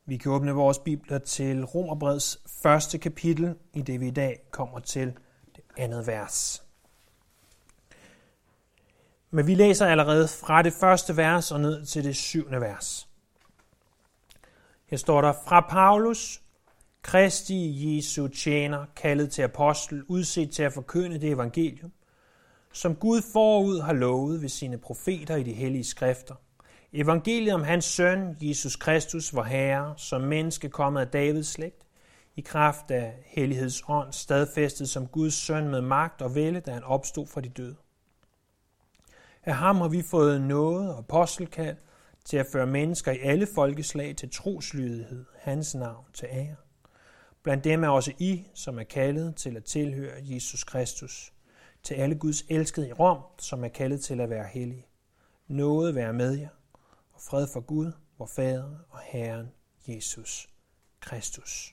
Vi kan åbne vores bibler til Romerbrevets første kapitel, i det vi i dag kommer til det andet vers. Men vi læser allerede fra det første vers og ned til det 7. vers. Her står der: Fra Paulus, Kristi Jesu tjener, kaldet til apostel, udset til at forkynde det evangelium, som Gud forud har lovet ved sine profeter i de hellige skrifter. Evangeliet om hans søn, Jesus Kristus, vor Herre, som menneske kommet af Davids slægt, i kraft af hellighedsånd, stadfæstet som Guds søn med magt og vælde, da han opstod fra de døde. Af ham har vi fået nåde og apostelkald til at føre mennesker i alle folkeslag til troslydighed, hans navn til ære. Blandt dem er også I, som er kaldet til at tilhøre Jesus Kristus, til alle Guds elskede i Rom, som er kaldet til at være hellige. Nåde være med jer, og fred for Gud, vor Fader og Herren Jesus Kristus.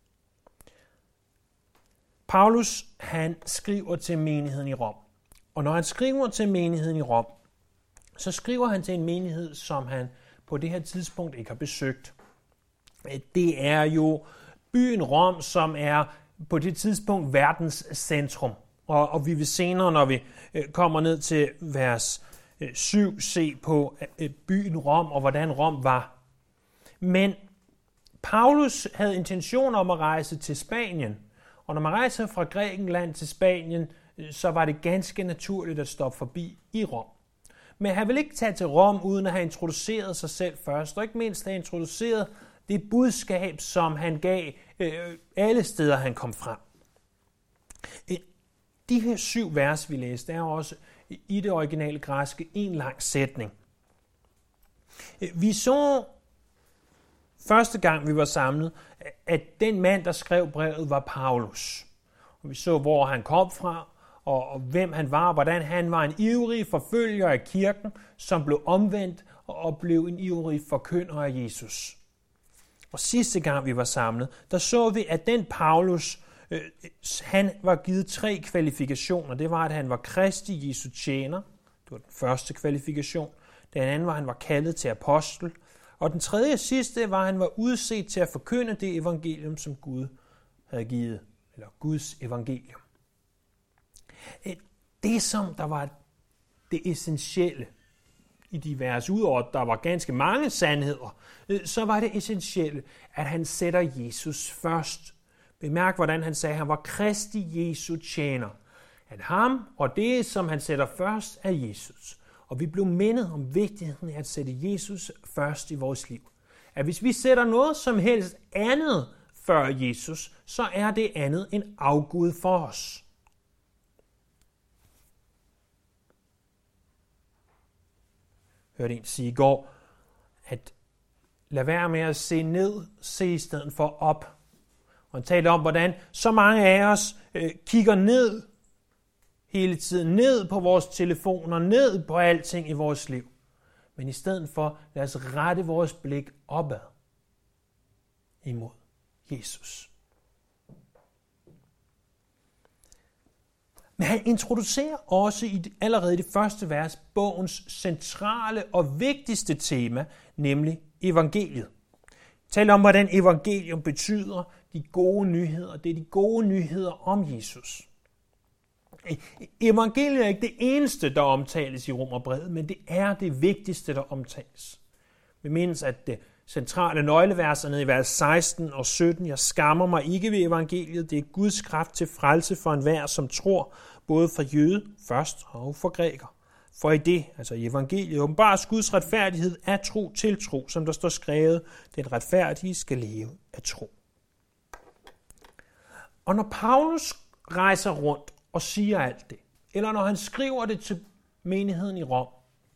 Paulus, han skriver til menigheden i Rom. Og når han skriver til menigheden i Rom, så skriver han til en menighed, som han på det her tidspunkt ikke har besøgt. Det er jo byen Rom, som er på det tidspunkt verdens centrum. Og vi vil senere, når vi kommer ned til vers 7, se på byen Rom og hvordan Rom var. Men Paulus havde intention om at rejse til Spanien. Og når man rejser fra Grækenland til Spanien, så var det ganske naturligt at stoppe forbi i Rom. Men han ville ikke tage til Rom, uden at have introduceret sig selv først, og ikke mindst have introduceret det budskab, som han gav alle steder, han kom frem. De her 7 vers, vi læste, er også i det originale græske en lang sætning. Vi så første gang, vi var samlet, at den mand, der skrev brevet, var Paulus. Og vi så, hvor han kom fra, og hvem han var, og hvordan han var en ivrig forfølger af kirken, som blev omvendt og blev en ivrig forkynder af Jesus. Og sidste gang, vi var samlet, der så vi, at den Paulus, han var givet 3 kvalifikationer. Det var, at han var Kristi Jesu tjener. Det var den første kvalifikation. Den anden var, at han var kaldet til apostel. Og den tredje og sidste var, at han var udset til at forkynde det evangelium, som Gud havde givet. Eller Guds evangelium. Det, som der var det essentielle i de vers, udover at der var ganske mange sandheder, så var det essentielle, at han sætter Jesus først. Bemærk, hvordan han sagde, at han var Kristi Jesu tjener. At ham og det, som han sætter først, er Jesus. Og vi blev mindet om vigtigheden af at sætte Jesus først i vores liv. At hvis vi sætter noget som helst andet før Jesus, så er det andet en afgud for os. Jeg hørte en sige i går, at lad være med at se ned, se i stedet for op. Og han talte om, hvordan så mange af os kigger ned hele tiden, ned på vores telefoner, ned på alting i vores liv. Men i stedet for, lad os rette vores blik opad imod Jesus. Men han introducerer også allerede i det første vers bogens centrale og vigtigste tema, nemlig evangeliet. Taler om, hvordan evangelium betyder de gode nyheder. Det er de gode nyheder om Jesus. Evangeliet er ikke det eneste, der omtales i Romerbrevet, men det er det vigtigste, der omtales. Vi mindes, at det centrale nøglevers er nede i vers 16 og 17. Jeg skammer mig ikke ved evangeliet. Det er Guds kraft til frelse for enhver, som tror, både for jøde først og for græker. For i det, altså i evangeliet, åbenbares Guds retfærdighed af tro til tro, som der står skrevet, den retfærdige skal leve af tro. Og når Paulus rejser rundt og siger alt det, eller når han skriver det til menigheden i Rom,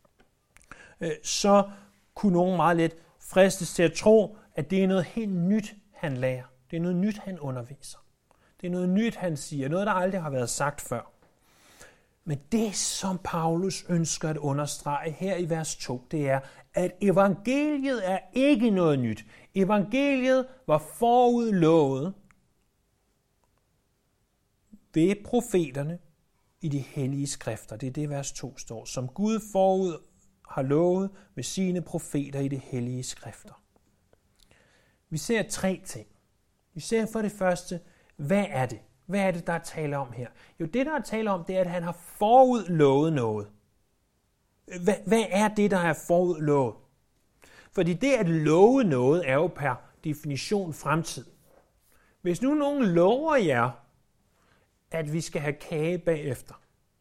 så kunne nogen meget let fristes til at tro, at det er noget helt nyt, han lærer. Det er noget nyt, han underviser. Det er noget nyt, han siger. Noget, der aldrig har været sagt før. Men det, som Paulus ønsker at understrege her i vers 2, det er, at evangeliet er ikke noget nyt. Evangeliet var forudlovet ved profeterne i de hellige skrifter. Det er det, vers 2 står. Som Gud forud har lovet med sine profeter i de hellige skrifter. Vi ser 3 ting. Vi ser for det første, hvad er det? Hvad er det, der er tale om her? Jo, det, der er tale om, det er, at han har forudlovet noget. Hvad er det, der er forudlovet? Fordi det at love noget er jo per definition fremtid. Hvis nu nogen lover jer, at vi skal have kage bagefter,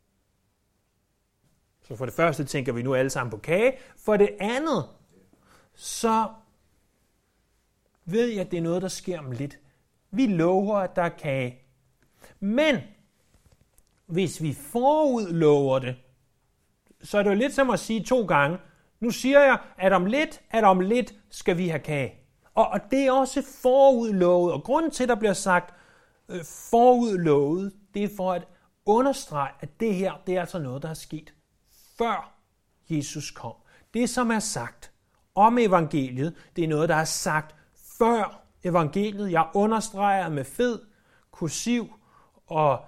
så for det første tænker vi nu alle sammen på kage. For det andet, så ved jeg, at det er noget, der sker om lidt. Vi lover, at der er kage. Men hvis vi forudlover det, så er det jo lidt som at sige 2 gange, nu siger jeg, at om lidt skal vi have kage. Og det er også forudlovet. Og grunden til, at der bliver sagt forudlovet, det er for at understrege, at det her, det er altså noget, der er sket før Jesus kom. Det, som er sagt om evangeliet, det er noget, der er sagt før evangeliet. Jeg understreger med fed kursiv og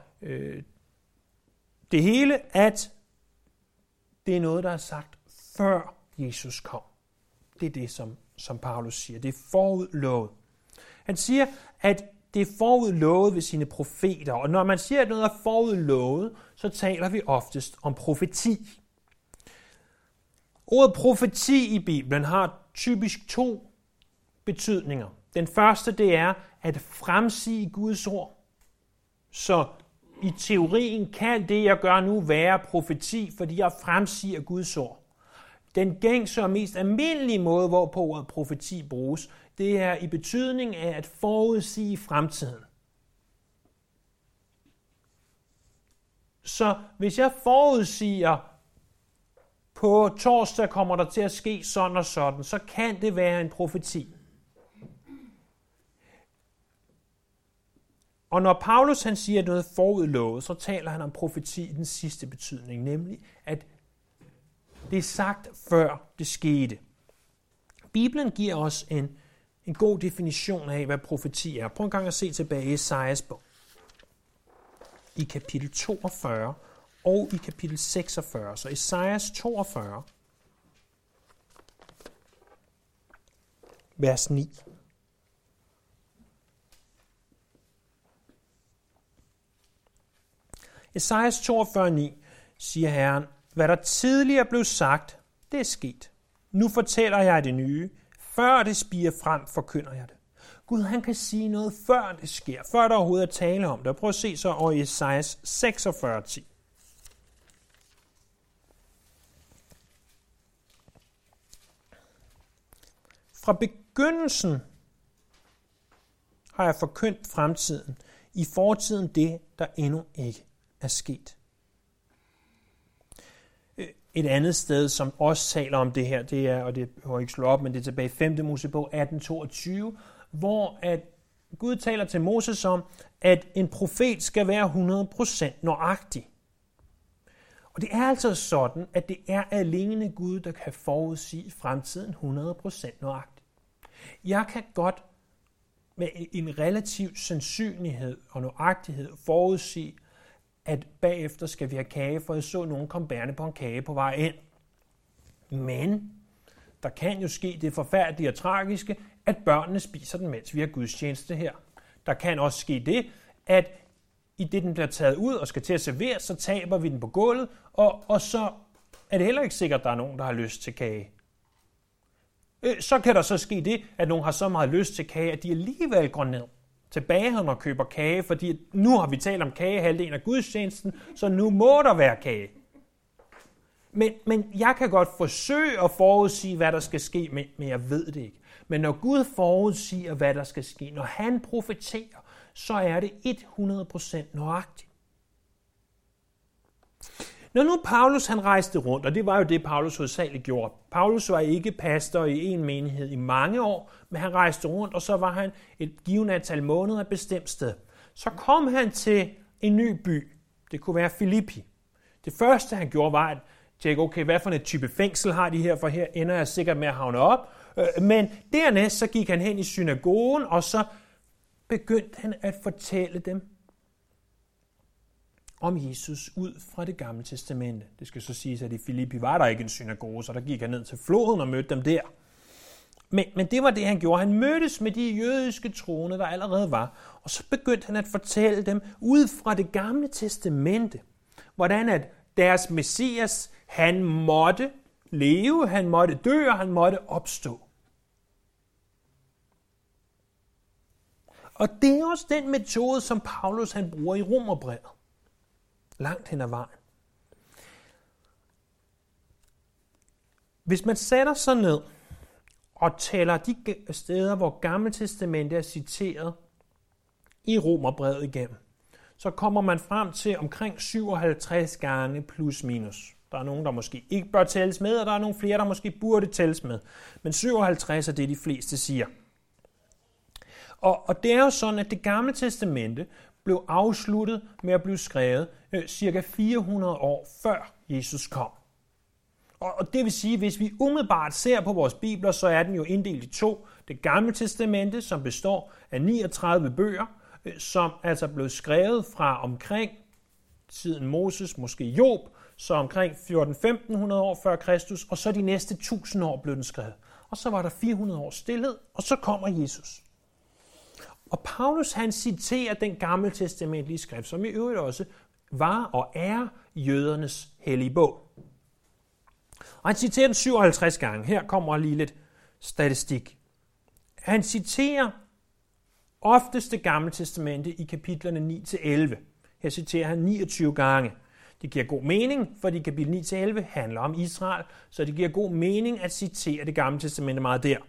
det hele, at det er noget, der er sagt før Jesus kom. Det er det, som Paulus siger. Det er forudlovet. Han siger, at det er forudlovet ved sine profeter. Og når man siger, at noget er forudlovet, så taler vi oftest om profeti. Ordet profeti i Bibelen har typisk 2 betydninger. Den første, det er at fremsige Guds ord. Så i teorien kan det, jeg gør nu, være profeti, fordi jeg fremsiger Guds ord. Den gængse og mest almindelige måde, hvorpå ordet profeti bruges, det er i betydning af at forudsige fremtiden. Så hvis jeg forudsiger, på torsdag kommer der til at ske sådan og sådan, så kan det være en profeti. Og når Paulus han siger noget forudlovet, så taler han om profeti i den sidste betydning, nemlig at det er sagt før det skete. Bibelen giver os en god definition af, hvad profeti er. Prøv en gang at se tilbage i Esajas bog. I kapitel 42 og i kapitel 46. Så Esajas 42, vers 9. Esajas 42:9 siger Herren, hvad der tidligere blev sagt, det er sket. Nu fortæller jeg det nye. Før det spiger frem, forkynder jeg det. Gud, han kan sige noget, før det sker. Før der overhovedet er tale om det. Prøv at se så over i Esajas 46:10. Fra begyndelsen har jeg forkyndt fremtiden. I fortiden det, der endnu ikke er sket. Et andet sted, som også taler om det her, det er, og det har jeg ikke slået op, men det er tilbage i 5. Mosebog 18:22, hvor at Gud taler til Moses om, at en profet skal være 100% nøjagtig. Og det er altså sådan, at det er alene Gud, der kan forudsige fremtiden 100% nøjagtigt. Jeg kan godt med en relativ sandsynlighed og nøjagtighed forudsige, at bagefter skal vi have kage, for jeg så nogen komme bærende på en kage på vej ind. Men der kan jo ske det forfærdelige og tragiske, at børnene spiser den, mens vi har gudstjeneste her. Der kan også ske det, at i det, den bliver taget ud og skal til at serveres, så taber vi den på gulvet, og så er det heller ikke sikkert, at der er nogen, der har lyst til kage. Så kan der så ske det, at nogen har så meget lyst til kage, at de alligevel går ned til bageren og køber kage, fordi nu har vi talt om kage halvdelen af gudstjenesten, så nu må der være kage. Men jeg kan godt forsøge at forudsige, hvad der skal ske, men jeg ved det ikke. Men når Gud forudsiger, hvad der skal ske, når han profeterer, så er det 100% nøjagtigt. Når nu Paulus han rejste rundt, og det var jo det, Paulus hovedsageligt gjorde. Paulus var ikke pastor i en menighed i mange år, men han rejste rundt, og så var han et givet antal måneder et bestemt sted. Så kom han til en ny by. Det kunne være Filippi. Det første, han gjorde, var at tjekke, okay, hvad for en type fængsel har de her, for her ender jeg sikkert med at havne op. Men dernæst så gik han hen i synagogen, og så begyndte han at fortælle dem om Jesus ud fra det gamle testamente. Det skal så siges, at i Filippi var der ikke en synagoge, så der gik han ned til floden og mødte dem der. Men det var det, han gjorde. Han mødtes med de jødiske troende, der allerede var, og så begyndte han at fortælle dem ud fra det gamle testamente, hvordan at deres Messias, han måtte leve, han måtte dø, og han måtte opstå. Og det er også den metode, som Paulus han bruger i Romerbrevet. Langt hen ad vejen. Hvis man sætter sig ned og tæller de steder, hvor Gamle Testamente er citeret i Romerbrevet igennem, så kommer man frem til omkring 57 gange plus minus. Der er nogen, der måske ikke bør tælles med, og der er nogle flere, der måske burde tælles med. Men 57 er det, de fleste siger. Og det er jo sådan, at det Gamle Testamente blev afsluttet med at blive skrevet cirka 400 år før Jesus kom. Og det vil sige, at hvis vi umiddelbart ser på vores bibler, så er den jo inddelt i to. Det Gamle Testamente, som består af 39 bøger, som altså blev skrevet fra omkring tiden Moses, måske Job, så omkring 1400-1500 år før Kristus, og så de næste 1000 år blev den skrevet. Og så var der 400 år stillhed, og så kommer Jesus. Og Paulus han citerer den gamle testamentlige skrift, som i øvrigt også var og er jødernes hellige bog. Og han citerer den 57 gange. Her kommer lige lidt statistik. Han citerer oftest det gamle testamente i kapitlerne 9-11. Her citerer han 29 gange. Det giver god mening, fordi kapitel 9-11 handler om Israel, så det giver god mening at citere det gamle testamente meget der.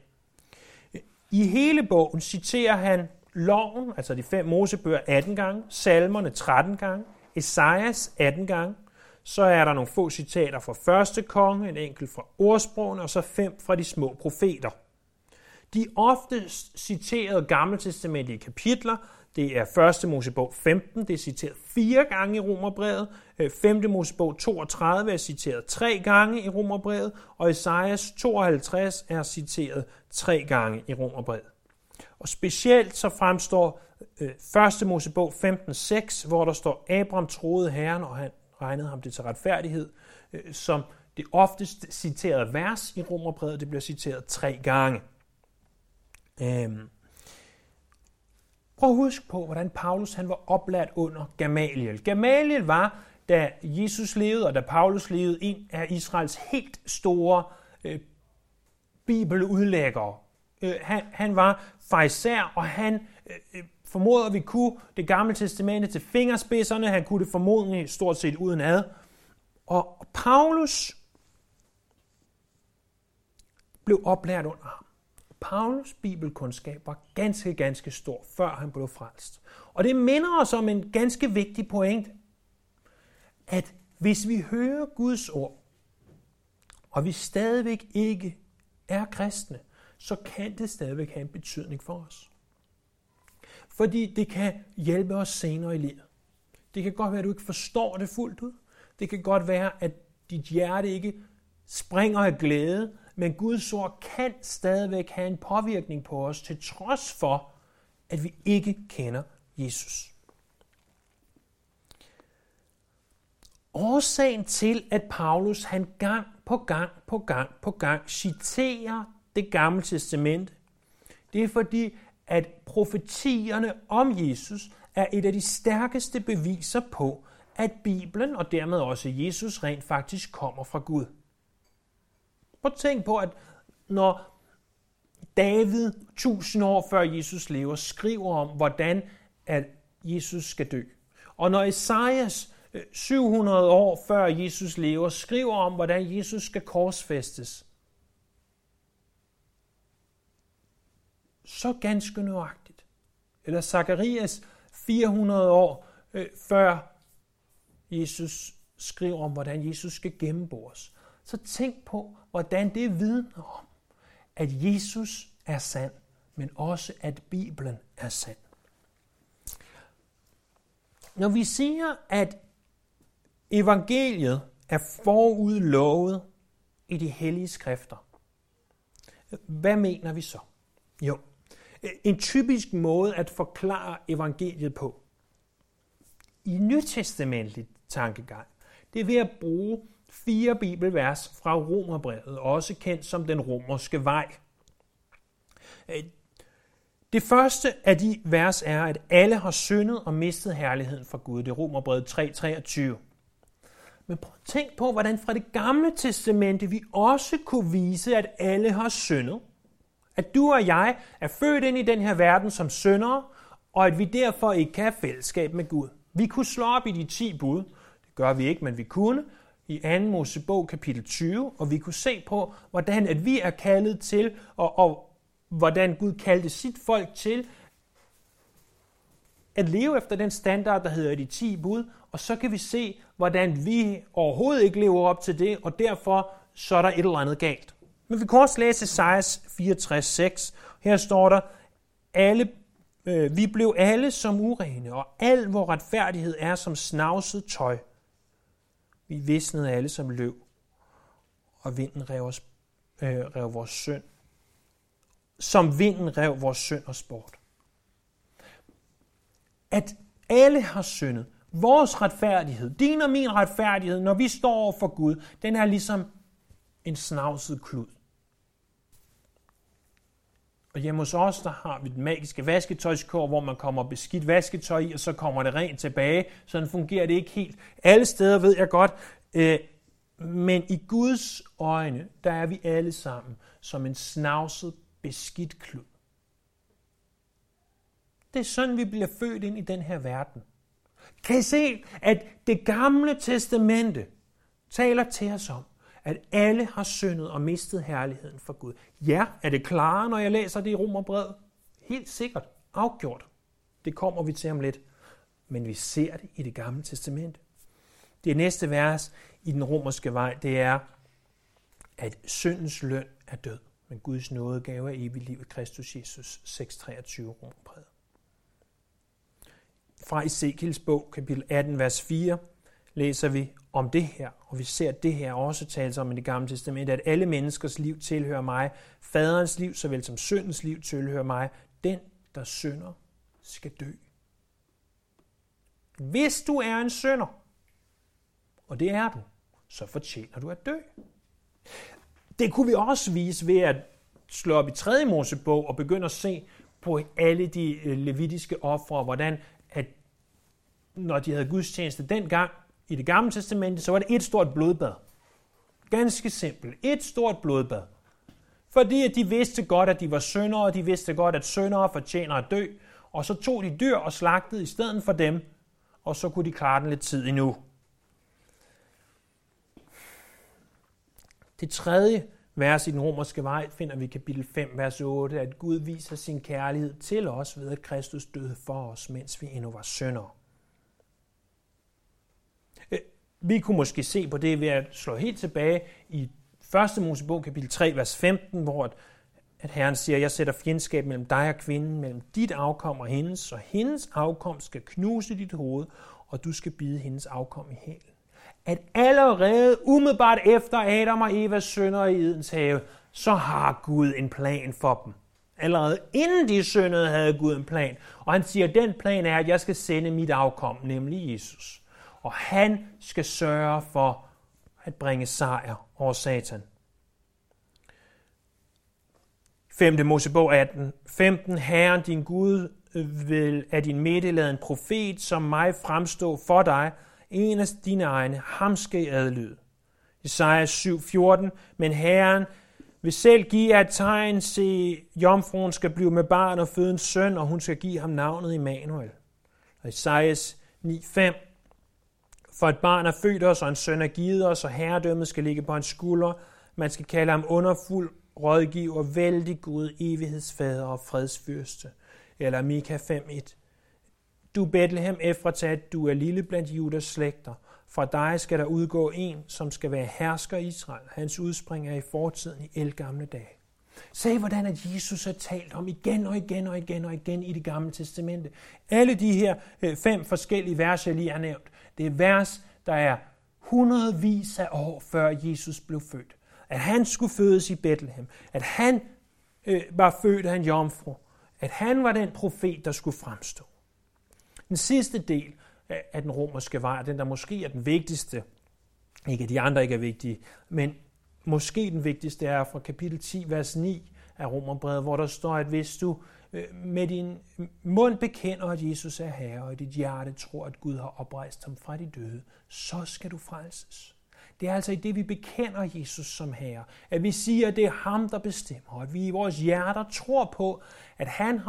I hele bogen citerer han loven, altså de 5 Mosebøger 18 gange, salmerne 13 gange, Esajas 18 gange, så er der nogle få citater fra første konge, en enkelt fra ordsprogene, og så 5 fra de små profeter. De oftest citerede gammeltestamentlige kapitler, det er 1. Mosebog 15, det er citeret 4 gange i Romerbrevet, 5. Mosebog 32 er citeret 3 gange i Romerbrevet, og Esajas 52 er citeret 3 gange i Romerbrevet. Og specielt så fremstår 1. Mosebog 15:6, hvor der står, Abraham troede Herren, og han regnede ham det til retfærdighed, som det oftest citerede vers i Romerbrevet, det bliver citeret 3 gange. Prøv at huske på, hvordan Paulus han var oplært under Gamaliel. Gamaliel var, da Jesus levede, og da Paulus levede, en af Israels helt store bibeludlæggere. Han var farisæer, og han formoder, vi kunne det gamle testamente til fingerspidserne. Han kunne det formodentlig stort set uden ad. Og Paulus blev oplært under ham. Paulus bibelkundskab var ganske stor, før han blev frelst. Og det minder os om en ganske vigtig pointe, at hvis vi hører Guds ord, og vi stadigvæk ikke er kristne, så kan det stadigvæk have en betydning for os. Fordi det kan hjælpe os senere i livet. Det kan godt være, at du ikke forstår det fuldt ud. Det kan godt være, at dit hjerte ikke springer af glæde, men Guds ord kan stadigvæk have en påvirkning på os, til trods for, at vi ikke kender Jesus. Årsagen til, at Paulus han gang på gang citerer det gamle testamente, det er fordi, at profetierne om Jesus er et af de stærkeste beviser på, at Bibelen og dermed også Jesus rent faktisk kommer fra Gud. Prøv at tænk på, at når David 1000 år før Jesus lever, skriver om, hvordan at Jesus skal dø. Og når Esajas 700 år før Jesus lever, skriver om, hvordan Jesus skal korsfæstes, så ganske nøjagtigt. Eller Zakarias 400 år før Jesus skriver om, hvordan Jesus skal gennembores. Så tænk på, hvordan det vidner om, at Jesus er sand, men også at Bibelen er sand. Når vi siger, at evangeliet er forudlovet i de hellige skrifter, hvad mener vi så? Jo, en typisk måde at forklare evangeliet på, i nytestamentlig tankegang, det er ved at bruge 4 bibelvers fra Romerbrevet, også kendt som den romerske vej. Det første af de vers er, at alle har syndet og mistet herligheden fra Gud. Det er Romerbrevet 3:23. Men prøv at tænk på, hvordan fra det gamle testamente vi også kunne vise, at alle har syndet. At du og jeg er født ind i den her verden som syndere, og at vi derfor ikke kan have fællesskab med Gud. Vi kunne slå op i de 10 bud. Det gør vi ikke, men vi kunne. I 2. Mosebog kapitel 20, og vi kunne se på, hvordan at vi er kaldet til, og hvordan Gud kaldte sit folk til at leve efter den standard, der hedder de 10 bud, og så kan vi se, hvordan vi overhovedet ikke lever op til det, og derfor så er der et eller andet galt. Men vi kan også læse Esajas 64:6. Her står der, vi blev alle som urene, og al vor retfærdighed er som snavset tøj. Vi visnede alle som løv, og vinden rev vores synd. Som vinden rev vores synd og sport. At alle har syndet. Vores retfærdighed, din og min retfærdighed, når vi står over for Gud, den er ligesom en snavset klud. Og hjemme hos os, der har vi den magiske vasketøjskurv, hvor man kommer beskidt vasketøj i, og så kommer det rent tilbage. Sådan fungerer det ikke helt. Alle steder ved jeg godt, men i Guds øjne, der er vi alle sammen som en snavset, beskidt klud. Det er sådan, vi bliver født ind i den her verden. Kan I se, at det gamle testamente taler til os om, at alle har syndet og mistet herligheden for Gud. Ja, er det klare, når jeg læser det i Romerbrevet? Helt sikkert. Afgjort. Det kommer vi til om lidt. Men vi ser det i det gamle testamente. Det næste vers i den romerske vej, det er, at syndens løn er død, men Guds nådegave er evigt liv i Kristus Jesus. 6:23 Romerbrevet. Fra Ezekiels bog, kapitel 18, vers 4, læser vi om det her, og vi ser det her også tales om i det gamle testamente, at alle menneskers liv tilhører mig, faderens liv såvel som syndens liv tilhører mig. Den, der synder, skal dø. Hvis du er en synder, og det er du, så fortjener du at dø. Det kunne vi også vise ved at slå op i 3. Mosebog og begynde at se på alle de levitiske ofre, hvordan at når de havde gudstjeneste dengang i det gamle testamente, så var det et stort blodbad. Ganske simpelt. Et stort blodbad. Fordi at de vidste godt, at de var syndere, og de vidste godt, at syndere fortjener at dø, og så tog de dyr og slagtede i stedet for dem, og så kunne de klare den lidt tid endnu. Det tredje vers i den romerske vej finder vi i kapitel 5, vers 8, at Gud viser sin kærlighed til os ved, at Kristus døde for os, mens vi endnu var syndere. Vi kunne måske se på det ved at slå helt tilbage i 1. Mosebog, kapitel 3, vers 15, hvor at Herren siger, jeg sætter fjendskab mellem dig og kvinden, mellem dit afkom og hendes, så hendes afkom skal knuse dit hoved, og du skal bide hendes afkom i hælen. At allerede umiddelbart efter Adam og Evas synder i Edens have, så har Gud en plan for dem. Allerede inden de syndede, havde Gud en plan. Og han siger, at den plan er, at jeg skal sende mit afkom, nemlig Jesus. Og han skal sørge for at bringe sejr over Satan. 5. Mosebog 18. 15. Herren, din Gud, vil af din midte lade en profet som mig fremstå for dig. En af dine egne, ham skal I adlyde. Esajas 7:14. Men Herren vil selv give jer et tegn, se, jomfruen skal blive med barn og føde en søn, og hun skal give ham navnet Immanuel. Og Esajas 9:5. For et barn er født os, og en søn er givet os, og herredømmet skal ligge på hans skulder. Man skal kalde ham underfuld, rådgiver, vældig Gud, evighedsfader og fredsfyrste. Eller Mika 5:1. Du Betlehem Efrata, du er lille blandt Judas slægter. Fra dig skal der udgå en, som skal være hersker i Israel. Hans udspring er i fortiden i ældgamle dage. Se, hvordan at Jesus har talt om igen og igen og igen og igen i det gamle testamente. Alle de her 5 forskellige vers, jeg lige har nævnt, det er vers, der er hundredvis af år før Jesus blev født. At han skulle fødes i Betlehem. At han var født af en jomfru. At han var den profet, der skulle fremstå. Den sidste del af den romerske vej, den der måske er den vigtigste, ikke at de andre ikke er vigtige, men måske den vigtigste er fra kapitel 10, vers 9, af Romerbrevet, hvor der står, at hvis du med din mund bekender, at Jesus er Herre, og i dit hjerte tror, at Gud har oprejst ham fra de døde, så skal du frelses. Det er altså i det, vi bekender Jesus som Herre, at vi siger, at det er ham, der bestemmer, og at vi i vores hjerter tror på, at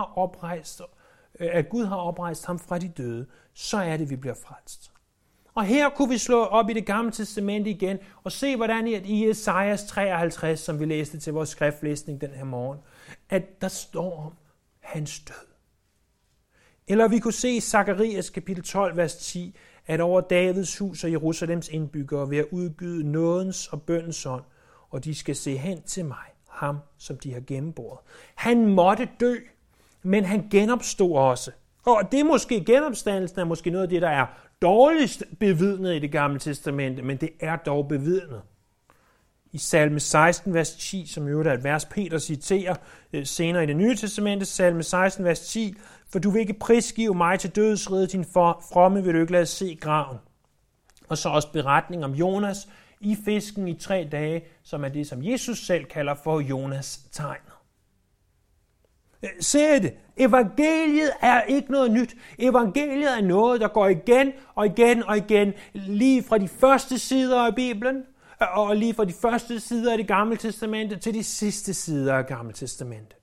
at Gud har oprejst ham fra de døde, så er det, vi bliver frelst. Og her kunne vi slå op i Det Gamle Testamente igen og se, hvordan i Esajas 53, som vi læste til vores skriftlæsning den her morgen, at der står om hans død. Eller vi kunne se i Zakarias kapitel 12, vers 10, at over Davids hus og Jerusalems indbyggere vil jeg udgyde nådens og bøndens ånd, og de skal se hen til mig, ham som de har gennemboret. Han måtte dø, men han genopstod også. Og det er måske genopstandelsen er måske noget af det, der er dårligst bevidnet i Det Gamle Testamente, men det er dog bevidnet. I salme 16, vers 10, som jo er et vers, Peter citerer senere i Det Nye Testamente, salme 16, vers 10, for du vil ikke prisgive mig til dødsriget, din fromme vil du ikke lade se graven. Og så også beretning om Jonas i fisken i 3 dage, som er det, som Jesus selv kalder for Jonas tegn. Se det. Evangeliet er ikke noget nyt. Evangeliet er noget, der går igen og igen og igen, lige fra de første sider af Bibelen, og lige fra de første sider af Det Gamle Testamente til de sidste sider af Gamle Testamente.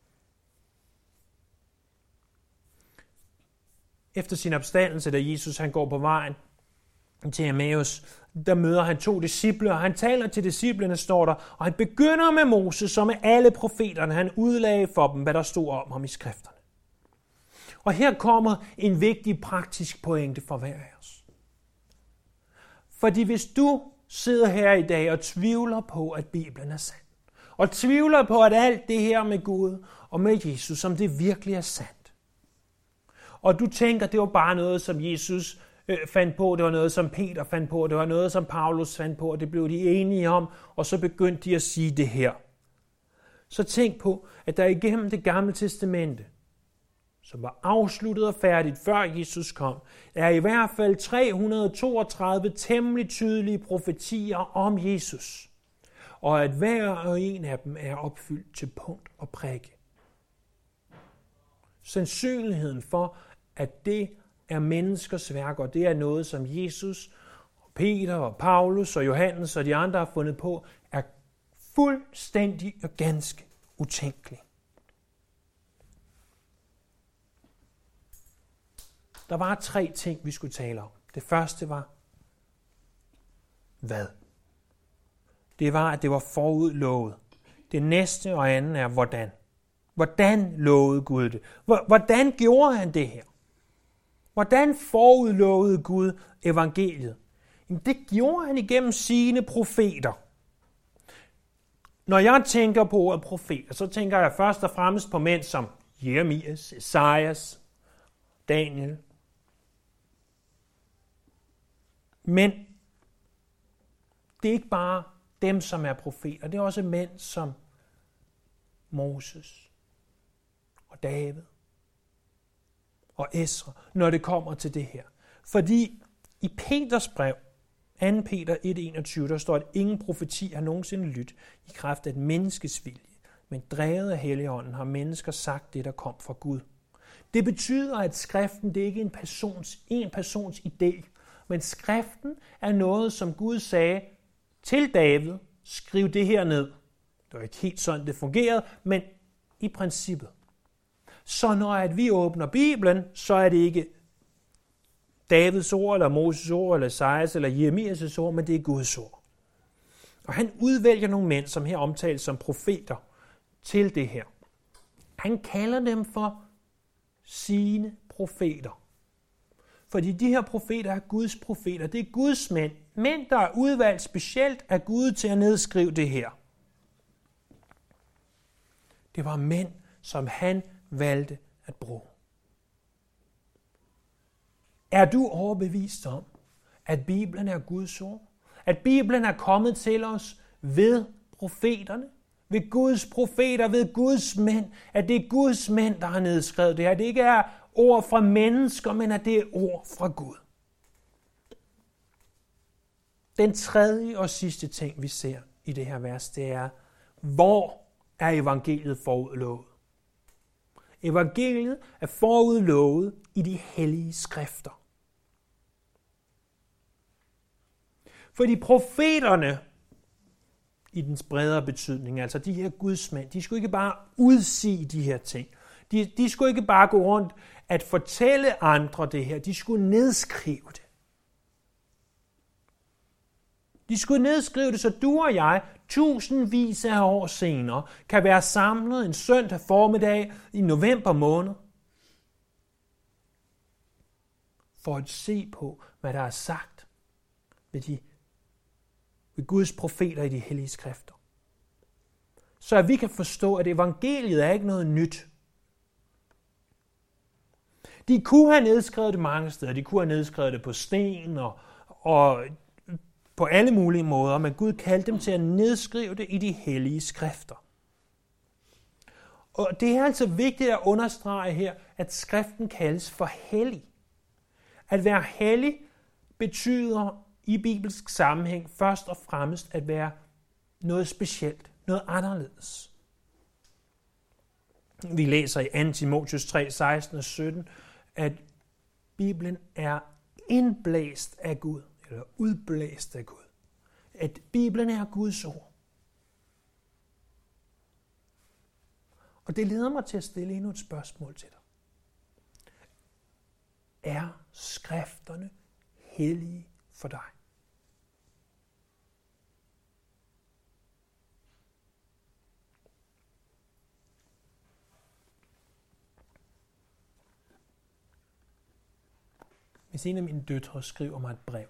Efter sin opstandelse, da Jesus han går på vejen til Emmaus, der møder han 2 disciple, og han taler til disciplene, står der, og han begynder med Moses og med alle profeterne. Han udlagde for dem, hvad der stod om ham i skrifterne. Og her kommer en vigtig praktisk pointe for hver af os. Fordi hvis du sidder her i dag og tvivler på, at Bibelen er sand, og tvivler på, at alt det her med Gud og med Jesus, om det virkelig er sandt, og du tænker, det var bare noget, som Jesus fandt på, det var noget, som Peter fandt på, det var noget, som Paulus fandt på, og det blev de enige om, og så begyndte de at sige det her. Så tænk på, at der igennem Det Gamle Testamente, som var afsluttet og færdigt, før Jesus kom, er i hvert fald 332 temmelig tydelige profetier om Jesus, og at hver og en af dem er opfyldt til punkt og prikke. Sandsynligheden for, at det er menneskers værk, og det er noget, som Jesus, og Peter og Paulus og Johannes og de andre har fundet på, er fuldstændig og ganske utænkelig. Der var 3 ting, vi skulle tale om. Det første var, hvad? Det var, at det var forudlovet. Det næste og andet er, hvordan. Hvordan lovede Gud det? Hvordan gjorde han det her? Hvordan forudlovede Gud evangeliet? Jamen, det gjorde han igennem sine profeter. Når jeg tænker på ordet profeter, så tænker jeg først og fremmest på mænd som Jeremias, Esajas, Daniel. Men det er ikke bare dem, som er profeter. Det er også mænd som Moses og David og Esra, når det kommer til det her. Fordi i Peters brev, 2. Peter 1:21, der står, at ingen profeti har nogensinde lyttet i kraft af et menneskes vilje, men drevet af Helligånden har mennesker sagt det, der kom fra Gud. Det betyder, at skriften det er ikke en persons idé, men skriften er noget, som Gud sagde til David, skriv det her ned. Det var ikke helt sådan, det fungerede, men i princippet. Så når at vi åbner Bibelen, så er det ikke Davids ord, eller Moses ord, eller Esajas, eller Jeremias ord, men det er Guds ord. Og han udvælger nogle mænd, som her omtales som profeter, til det her. Han kalder dem for sine profeter. Fordi de her profeter er Guds profeter. Det er Guds mænd. Mænd, der er udvalgt specielt af Gud til at nedskrive det her. Det var mænd, som han valgte at bruge. Er du overbevist om, at Bibelen er Guds ord? At Bibelen er kommet til os ved profeterne? Ved Guds profeter, ved Guds mænd? At det er Guds mænd, der har nedskrevet det her? Det ikke er ord fra mennesker, men at det er ord fra Gud. Den tredje og sidste ting, vi ser i det her vers, det er, hvor er evangeliet forudlovet. Evangeliet er forudlovet i de hellige skrifter. Fordi profeterne, i dens bredere betydning, altså de her gudsmænd, de skulle ikke bare udsige de her ting. De skulle ikke bare gå rundt at fortælle andre det her. De skulle nedskrive det. De skulle nedskrive det, så du og jeg, tusindvis af år senere, kan være samlet en søndag formiddag i november måned, for at se på, hvad der er sagt ved Guds profeter i de hellige skrifter. Så at vi kan forstå, at evangeliet er ikke noget nyt. De kunne have nedskrevet det mange steder. De kunne have nedskrevet det på sten og på alle mulige måder, men Gud kaldte dem til at nedskrive det i de hellige skrifter. Og det er altså vigtigt at understrege her, at skriften kaldes for hellig. At være hellig betyder i bibelsk sammenhæng først og fremmest at være noget specielt, noget anderledes. Vi læser i 2. Timotheus 3, 16 og 17, at Bibelen er indblæst af Gud, eller udblæst af Gud. At Bibelen er Guds ord. Og det leder mig til at stille endnu et spørgsmål til dig. Er skrifterne hellige for dig? Hvis en af mine døtre skriver mig et brev,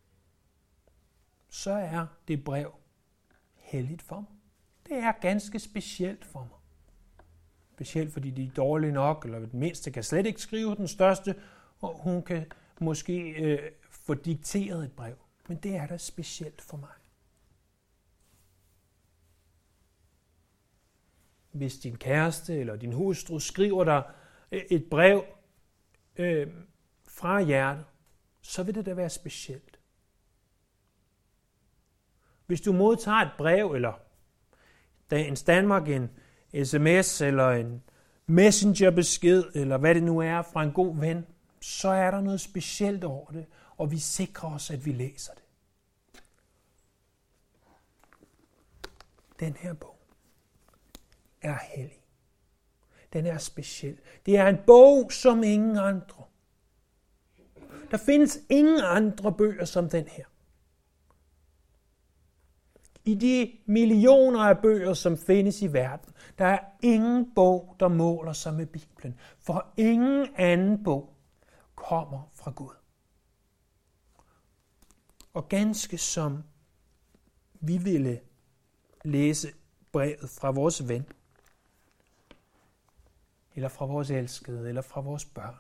så er det brev helligt for mig. Det er ganske specielt for mig. Specielt fordi de er dårlige nok, eller det mindste kan slet ikke skrive den største, og hun kan måske få dikteret et brev. Men det er da specielt for mig. Hvis din kæreste eller din hustru skriver dig et brev fra hjertet, så vil det da være specielt. Hvis du modtager et brev, eller dagens Danmark en sms, eller en messengerbesked, eller hvad det nu er fra en god ven, så er der noget specielt over det, og vi sikrer os, at vi læser det. Den her bog er hellig. Den er speciel. Det er en bog som ingen andre. Der findes ingen andre bøger som den her. I de millioner af bøger, som findes i verden, der er ingen bog, der måler sig med Bibelen. For ingen anden bog kommer fra Gud. Og ganske som vi ville læse brevet fra vores ven, eller fra vores elskede, eller fra vores børn,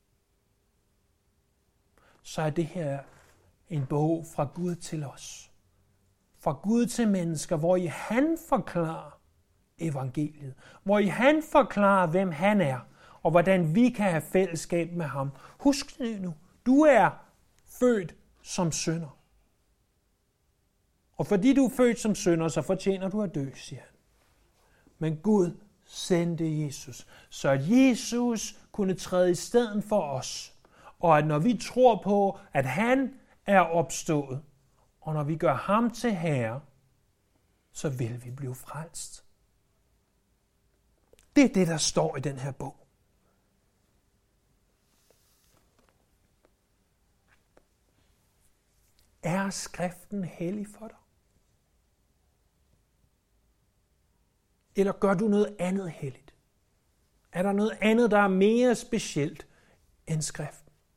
så er det her en bog fra Gud til os. Fra Gud til mennesker, hvor i han forklarer evangeliet. Hvor i han forklarer, hvem han er, og hvordan vi kan have fællesskab med ham. Husk det nu, du er født som synder. Og fordi du er født som synder, så fortjener du at dø, siger han. Men Gud sendte Jesus, så at Jesus kunne træde i stedet for os. Og at når vi tror på, at han er opstået, og når vi gør ham til herre, så vil vi blive frelst. Det er det, der står i den her bog. Er skriften hellig for dig? Eller gør du noget andet helligt? Er der noget andet, der er mere specielt end skriften?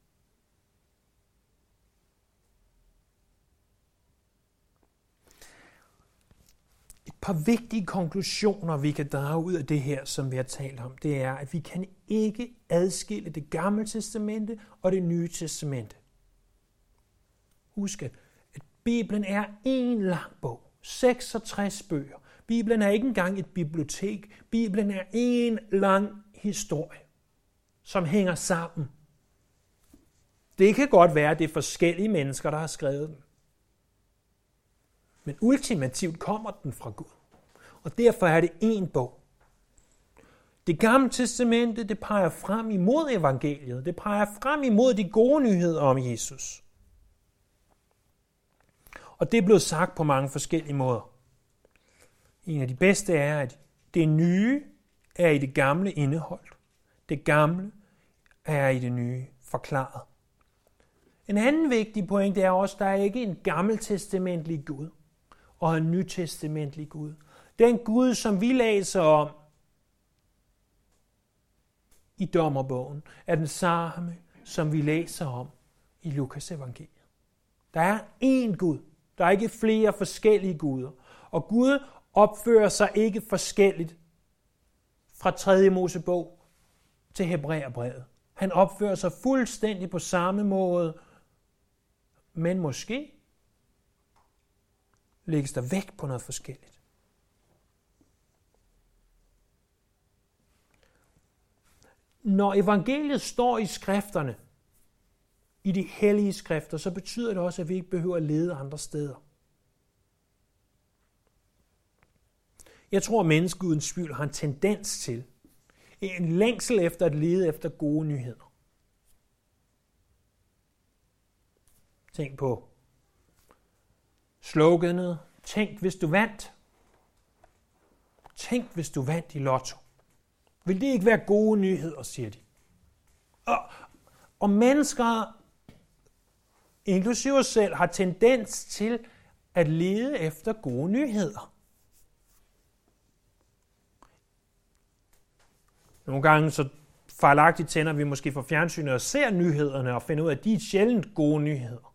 Et par vigtige konklusioner, vi kan drage ud af det her, som vi har talt om, det er, at vi kan ikke adskille det gamle testamente og det nye testamente. Husk, at Bibelen er en lang bog. 66 bøger. Bibelen er ikke engang et bibliotek. Bibelen er en lang historie, som hænger sammen. Det kan godt være, at det er forskellige mennesker, der har skrevet den. Men ultimativt kommer den fra Gud. Og derfor er det én bog. Det gamle testamente, det peger frem imod evangeliet. Det peger frem imod de gode nyheder om Jesus. Og det er blevet sagt på mange forskellige måder. En af de bedste er, at det nye er i det gamle indeholdt. Det gamle er i det nye forklaret. En anden vigtig pointe er også, at der er ikke en gammeltestamentlig Gud og en nytestamentlig Gud. Den Gud, som vi læser om i Dommerbogen, er den samme, som vi læser om i Lukas evangeliet. Der er én Gud. Der er ikke flere forskellige guder. Og Gud opfører sig ikke forskelligt fra 3. Mosebog til Hebræerbrevet. Han opfører sig fuldstændig på samme måde, men måske lægges der vægt på noget forskelligt. Når evangeliet står i skrifterne, i de hellige skrifter, så betyder det også, at vi ikke behøver at lede andre steder. Jeg tror, at mennesket uden tvivl har en tendens til en længsel efter at lede efter gode nyheder. Tænk på sloganet, tænk hvis du vandt. Tænk hvis du vandt i lotto. Vil det ikke være gode nyheder, siger de. Og mennesker, inklusive os selv, har tendens til at lede efter gode nyheder. Nogle gange så fejlagtigt tænder vi måske for fjernsynet og ser nyhederne og finder ud af, at de er sjældent gode nyheder.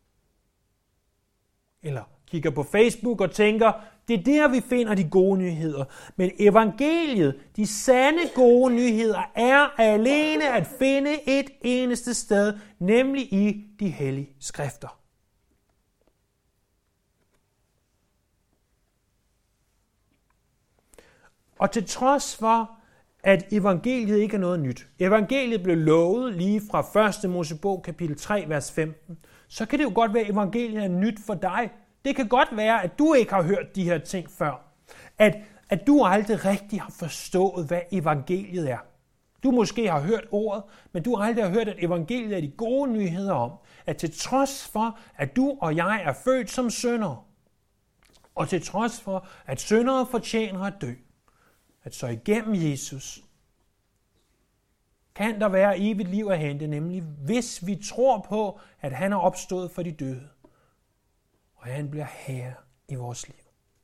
Eller kigger på Facebook og tænker, det er der, vi finder de gode nyheder. Men evangeliet, de sande gode nyheder, er alene at finde et eneste sted, nemlig i de hellige skrifter. Og til trods for, at evangeliet ikke er noget nyt. Evangeliet blev lovet lige fra 1. Mosebog, kapitel 3, vers 15. Så kan det jo godt være, at evangeliet er nyt for dig. Det kan godt være, at du ikke har hørt de her ting før. At du aldrig rigtig har forstået, hvad evangeliet er. Du måske har hørt ordet, men du aldrig har hørt, at evangeliet er de gode nyheder om, at til trods for, at du og jeg er født som syndere, og til trods for, at syndere fortjener at dø, at så igennem Jesus kan der være evigt liv at hente, nemlig hvis vi tror på, at han er opstået for de døde, og han bliver herre i vores liv.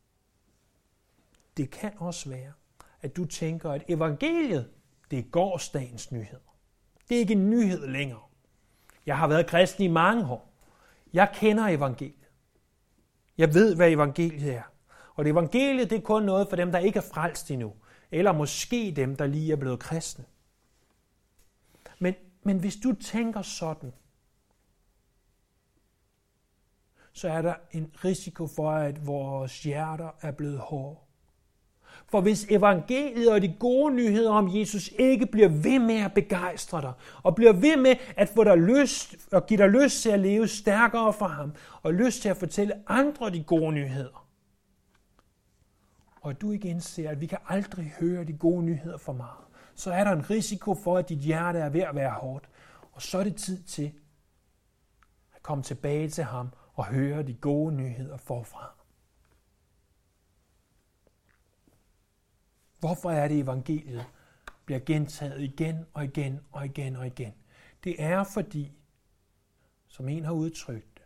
Det kan også være, at du tænker, at evangeliet, det er gårsdagens nyheder. Det er ikke en nyhed længere. Jeg har været kristen i mange år. Jeg kender evangeliet. Jeg ved, hvad evangeliet er. Og evangeliet, det er kun noget for dem, der ikke er frelst endnu. Eller måske dem, der lige er blevet kristne. Men hvis du tænker sådan, så er der en risiko for, at vores hjerter er blevet hårde. For hvis evangeliet og de gode nyheder om Jesus ikke bliver ved med at begejstre dig, og bliver ved med at få dig lyst, og give dig lyst til at leve stærkere for ham, og lyst til at fortælle andre de gode nyheder, og at du ikke indser, at vi kan aldrig høre de gode nyheder for meget, så er der en risiko for, at dit hjerte er ved at være hårdt. Og så er det tid til at komme tilbage til ham og høre de gode nyheder forfra. Hvorfor er det, evangeliet bliver gentaget igen og igen og igen og igen? Det er fordi, som en har udtrykt det,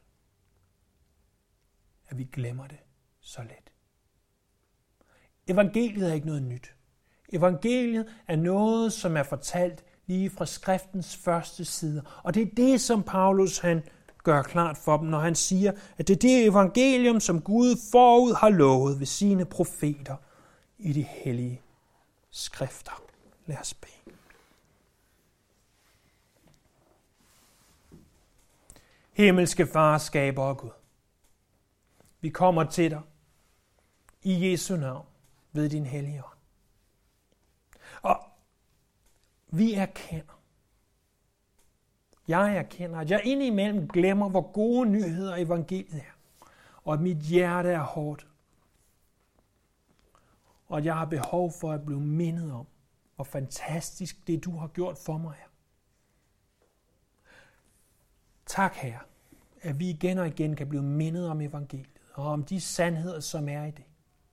at vi glemmer det så let. Evangeliet er ikke noget nyt. Evangeliet er noget, som er fortalt lige fra skriftens første sider. Og det er det, som Paulus han gør klart for dem, når han siger, at det er det evangelium, som Gud forud har lovet ved sine profeter i de hellige skrifter. Lad os bede. Himmelske Far, skaber og Gud, vi kommer til dig i Jesu navn ved din hellige ånd. Og vi erkender, jeg erkender, at jeg indimellem glemmer, hvor gode nyheder evangeliet er, og at mit hjerte er hårdt. og at jeg har behov for at blive mindet om, hvor fantastisk det du har gjort for mig er. Tak, Herre, at vi igen og igen kan blive mindet om evangeliet og om de sandheder, som er i det.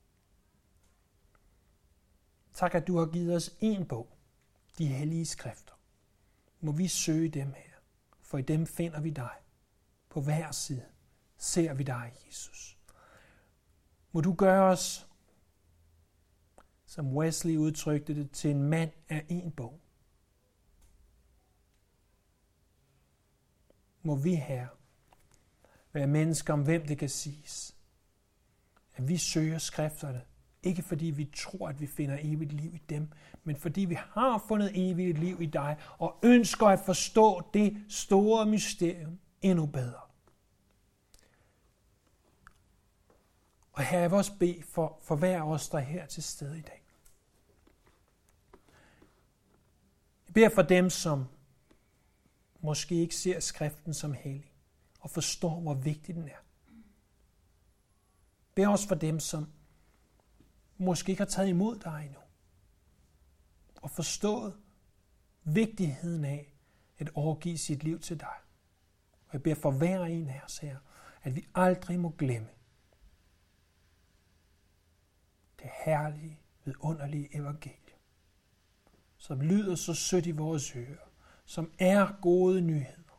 Tak, at du har givet os en bog, de hellige skrifter. Må vi søge dem her, for i dem finder vi dig. På hver side ser vi dig, Jesus. Må du gøre os, som Wesley udtrykte det, til en mand af en bog. Må vi, Herre, være mennesker, om hvem det kan siges, at vi søger skrifterne, ikke fordi vi tror, at vi finder evigt liv i dem, men fordi vi har fundet evigt liv i dig, og ønsker at forstå det store mysterium endnu bedre. Og Herre, jeg vil også bede for hver os, der er her til stede i dag. Jeg beder for dem, som måske ikke ser skriften som hellig, og forstår, hvor vigtig den er. Jeg beder også for dem, som måske ikke har taget imod dig endnu, og forstået vigtigheden af at overgive sit liv til dig. Og jeg beder for hver en af os her, at vi aldrig må glemme det herlige, vidunderlige evangelium, som lyder så sødt i vores ører, som er gode nyheder.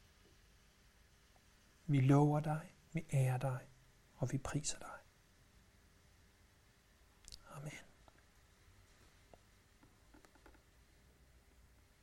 Vi lover dig, vi ærer dig, og vi priser dig. Amen.